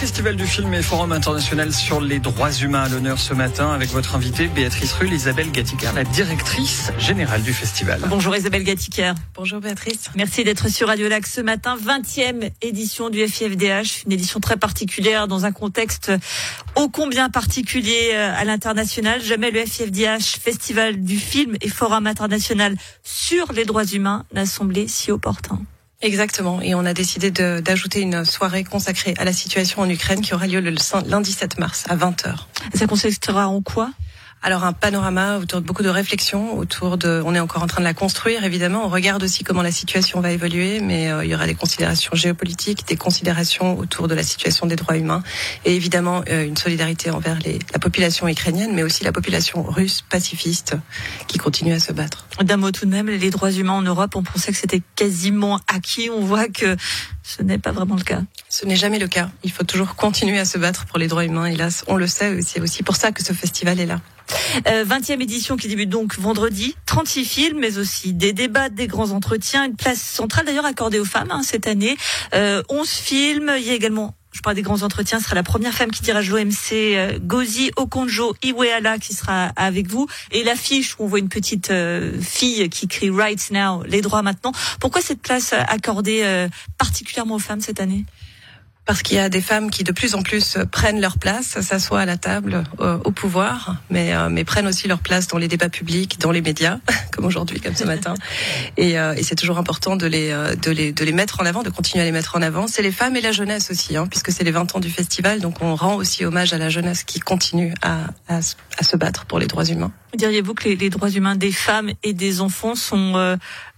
Festival du film et Forum international sur les droits humains à l'honneur ce matin avec votre invitée Béatrice Rulle, Isabelle Gatiker, la directrice générale du festival. Bonjour Isabelle Gatiker. Bonjour Béatrice. Merci d'être sur Radio Lac ce matin. 20e édition du FIFDH, une édition très particulière dans un contexte ô combien particulier à l'international. Jamais le FIFDH, Festival du film et Forum international sur les droits humains, n'a semblé si opportun. Exactement, et on a décidé d'ajouter une soirée consacrée à la situation en Ukraine qui aura lieu le lundi 7 mars à 20h. Ça consistera en quoi ? Alors un panorama autour de beaucoup de réflexions, on est encore en train de la construire évidemment, on regarde aussi comment la situation va évoluer, mais il y aura des considérations géopolitiques, des considérations autour de la situation des droits humains, et évidemment une solidarité envers la population ukrainienne, mais aussi la population russe pacifiste qui continue à se battre. D'un mot tout de même, les droits humains en Europe, on pensait que c'était quasiment acquis, on voit que ce n'est pas vraiment le cas. Ce n'est jamais le cas, il faut toujours continuer à se battre pour les droits humains, hélas, on le sait, c'est aussi pour ça que ce festival est là. 20e édition qui débute donc vendredi, 36 films, mais aussi des débats, des grands entretiens, une place centrale d'ailleurs accordée aux femmes cette année, 11 films, il y a également, je parle des grands entretiens, ce sera la première femme qui dirige l'OMC, Ngozi Okonjo-Iweala qui sera avec vous, et l'affiche où on voit une petite fille qui crie Right Now, les droits maintenant. Pourquoi cette place accordée particulièrement aux femmes cette année ? Parce qu'il y a des femmes qui de plus en plus prennent leur place, s'assoient à la table, au pouvoir, mais prennent aussi leur place dans les débats publics, dans les médias, comme aujourd'hui, comme ce matin. Et c'est toujours important de les mettre en avant, de continuer à les mettre en avant. C'est les femmes et la jeunesse aussi, puisque c'est les 20 ans du festival, donc on rend aussi hommage à la jeunesse qui continue à se battre pour les droits humains. Diriez-vous que les droits humains des femmes et des enfants sont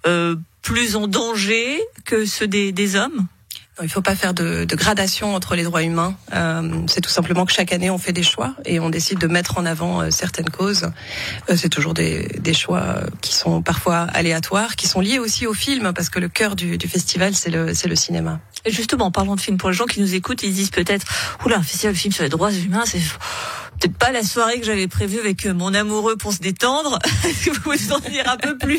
plus en danger que ceux des hommes ? Il ne faut pas faire de gradation entre les droits humains. C'est tout simplement que chaque année on fait des choix et on décide de mettre en avant certaines causes. C'est toujours des choix qui sont parfois aléatoires, qui sont liés aussi au film, parce que le cœur du festival c'est le cinéma. Et justement, en parlant de film, pour les gens qui nous écoutent, ils se disent peut-être oula, un festival de film sur les droits humains, c'est peut-être pas la soirée que j'avais prévue avec mon amoureux pour se détendre. Est-ce que vous pouvez en dire un peu plus ?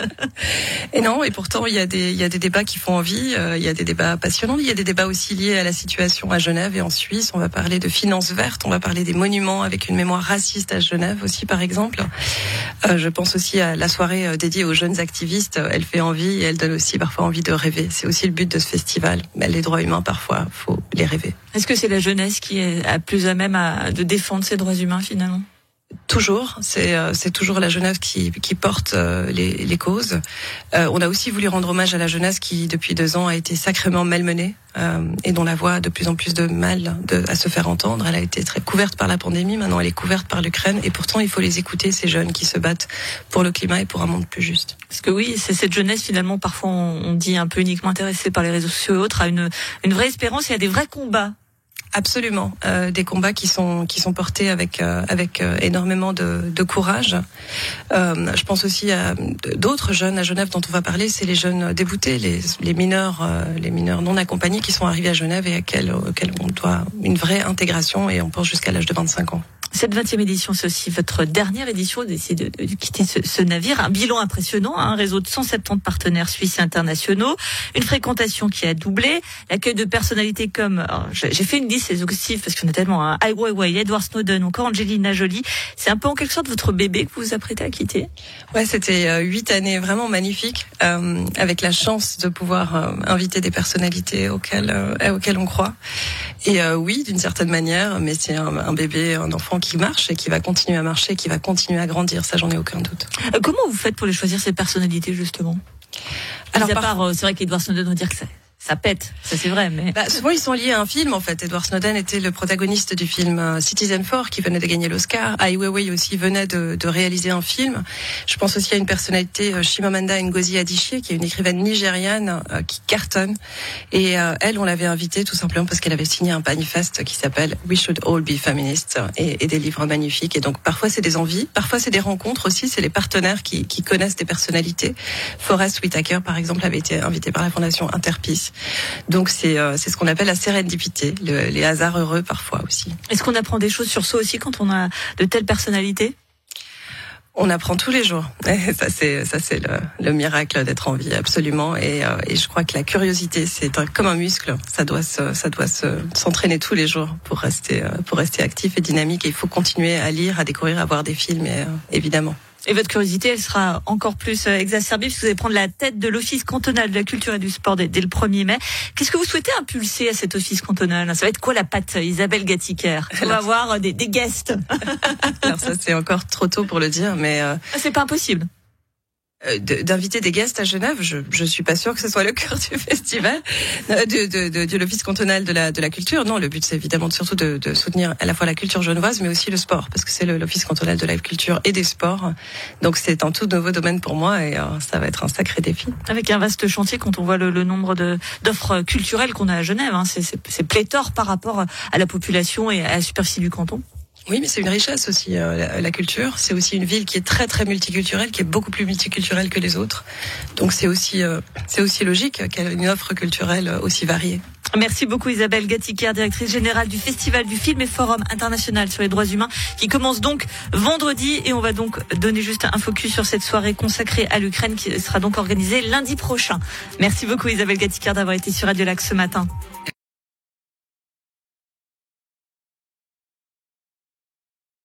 Et non, et pourtant il y a des débats qui font envie, il y a des débats passionnants, il y a des débats aussi liés à la situation à Genève et en Suisse. On va parler de finances vertes, on va parler des monuments avec une mémoire raciste à Genève aussi par exemple. Je pense aussi à la soirée dédiée aux jeunes activistes, elle fait envie et elle donne aussi parfois envie de rêver. C'est aussi le but de ce festival. Mais les droits humains parfois, faut les rêver. Est-ce que c'est la jeunesse qui est plus à même de défendre ces droits humains finalement ? Toujours, c'est toujours la jeunesse qui porte les causes. On a aussi voulu rendre hommage à la jeunesse qui depuis 2 ans a été sacrément malmenée et dont la voix a de plus en plus de mal à se faire entendre. Elle a été très couverte par la pandémie, maintenant elle est couverte par l'Ukraine et pourtant il faut les écouter, ces jeunes qui se battent pour le climat et pour un monde plus juste. Parce que oui, c'est cette jeunesse finalement, parfois on dit un peu uniquement intéressée par les réseaux sociaux et autres, a une vraie espérance, il y a des vrais combats. Absolument, des combats qui sont portés avec énormément de courage. Je pense aussi à d'autres jeunes à Genève dont on va parler, c'est les jeunes déboutés, les mineurs non accompagnés qui sont arrivés à Genève et auxquels on doit une vraie intégration et on pense jusqu'à l'âge de 25 ans. Cette 20e édition, c'est aussi votre dernière édition, d'essayer de quitter ce navire. Un bilan impressionnant, un réseau de 170 partenaires suisses et internationaux, une fréquentation qui a doublé, l'accueil de personnalités comme, alors, j'ai fait une liste exhaustive parce qu'on a tellement, Ai Weiwei, Edward Snowden, encore Angelina Jolie. C'est un peu en quelque sorte votre bébé que vous vous apprêtez à quitter. Ouais, c'était 8 années vraiment magnifiques, avec la chance de pouvoir inviter des personnalités auxquelles on croit. Et oui, d'une certaine manière, mais c'est un bébé, un enfant qui marche et qui va continuer à marcher, qui va continuer à grandir, ça j'en ai aucun doute. Comment vous faites pour les choisir, ces personnalités justement ? Alors, à part, c'est vrai qu'Edward Snowden va dire que ça pète, ça c'est vrai, mais... souvent ils sont liés à un film en fait. Edward Snowden était le protagoniste du film Citizen4 qui venait de gagner l'Oscar. Ai Weiwei aussi venait de réaliser un film. Je pense aussi à une personnalité, Chimamanda Ngozi Adichie, qui est une écrivaine nigériane qui cartonne. Et elle, on l'avait invitée tout simplement parce qu'elle avait signé un manifeste qui s'appelle We Should All Be Feminists et des livres magnifiques. Et donc parfois c'est des envies, parfois c'est des rencontres aussi, c'est les partenaires qui connaissent des personnalités. Forest Whitaker par exemple avait été invité par la Fondation Interpeace. Donc c'est ce qu'on appelle la sérendipité, les hasards heureux parfois aussi. Est-ce qu'on apprend des choses sur soi aussi quand on a de telles personnalités ? On apprend tous les jours. Et ça c'est le miracle d'être en vie, absolument. Et je crois que la curiosité, c'est comme un muscle. Ça doit s'entraîner tous les jours pour rester actif et dynamique. Et il faut continuer à lire, à découvrir, à voir des films, évidemment. Et votre curiosité, elle sera encore plus exacerbée puisque vous allez prendre la tête de l'Office cantonal de la culture et du sport dès le 1er mai. Qu'est-ce que vous souhaitez impulser à cet office cantonal? Ça va être quoi la patte Isabelle Gatiker? On va avoir des guests. Alors ça, c'est encore trop tôt pour le dire, mais... C'est pas impossible. D'inviter des guests à Genève, je suis pas sûre que ce soit le cœur du festival, de l'Office cantonal de la culture. Non, le but c'est évidemment surtout de soutenir à la fois la culture genevoise, mais aussi le sport, parce que c'est l'Office cantonal de la culture et des sports. Donc c'est un tout nouveau domaine pour moi et ça va être un sacré défi. Avec un vaste chantier quand on voit le nombre d'offres culturelles qu'on a à Genève, hein, c'est pléthore par rapport à la population et à la superficie du canton. Oui, mais c'est une richesse aussi, la culture. C'est aussi une ville qui est très très multiculturelle, qui est beaucoup plus multiculturelle que les autres. Donc c'est aussi logique qu'elle ait une offre culturelle aussi variée. Merci beaucoup Isabelle Gatiker, directrice générale du Festival du film et Forum international sur les droits humains, qui commence donc vendredi. Et on va donc donner juste un focus sur cette soirée consacrée à l'Ukraine qui sera donc organisée lundi prochain. Merci beaucoup Isabelle Gatiker d'avoir été sur Radio Lac ce matin.